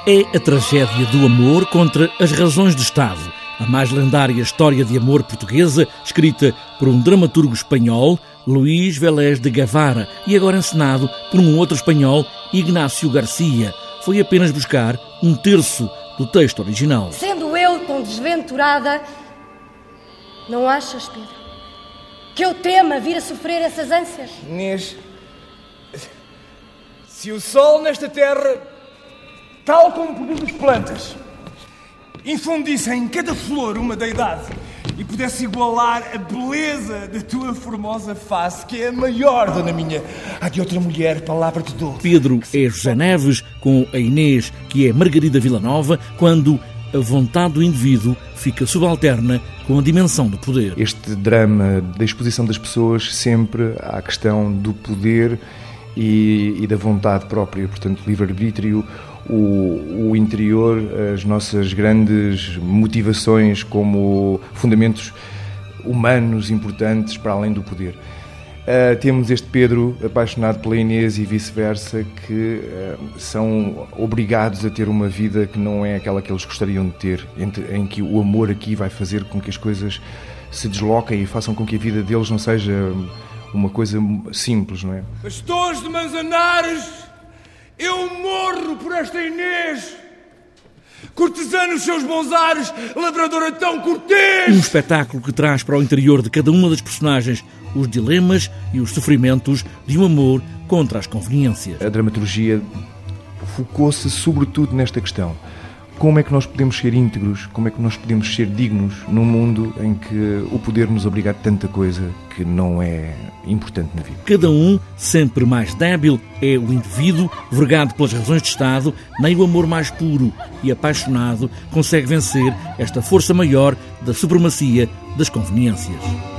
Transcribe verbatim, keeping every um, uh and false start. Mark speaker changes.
Speaker 1: É a tragédia do amor contra as razões de Estado. A mais lendária história de amor portuguesa, escrita por um dramaturgo espanhol, Luís Vélez de Guevara, e agora encenado por um outro espanhol, Ignacio Garcia. Foi apenas buscar um terço do texto original.
Speaker 2: Sendo eu tão desventurada, não achas, Pedro, que eu tema vir a sofrer essas ânsias?
Speaker 3: Inês, se o sol nesta terra, tal como produz plantas, infundisse em cada flor uma deidade e pudesse igualar a beleza da tua formosa face, que é a maior, dona minha, há de outra mulher, palavra te dou.
Speaker 1: Pedro é José Neves, com a Inês, que é Margarida Villanova, quando a vontade do indivíduo fica subalterna com a dimensão do poder.
Speaker 4: Este drama da exposição das pessoas sempre à questão do poder e, e da vontade própria, portanto, livre-arbítrio, o, o interior, as nossas grandes motivações como fundamentos humanos importantes para além do poder. Uh, temos este Pedro apaixonado pela Inês e vice-versa, que uh, são obrigados a ter uma vida que não é aquela que eles gostariam de ter, entre, em que o amor aqui vai fazer com que as coisas se desloquem e façam com que a vida deles não seja uma coisa simples, não é?
Speaker 3: Pastores de Manzanares, eu morro por esta Inês, cortesã nos seus bons ares, labradora tão cortês.
Speaker 1: Um espetáculo que traz para o interior de cada uma das personagens os dilemas e os sofrimentos de um amor contra as conveniências.
Speaker 4: A dramaturgia focou-se sobretudo nesta questão. Como é que nós podemos ser íntegros, como é que nós podemos ser dignos num mundo em que o poder nos obriga a tanta coisa que não é importante na vida.
Speaker 1: Cada um, sempre mais débil, é o indivíduo, vergado pelas razões de Estado, nem o amor mais puro e apaixonado consegue vencer esta força maior da supremacia das conveniências.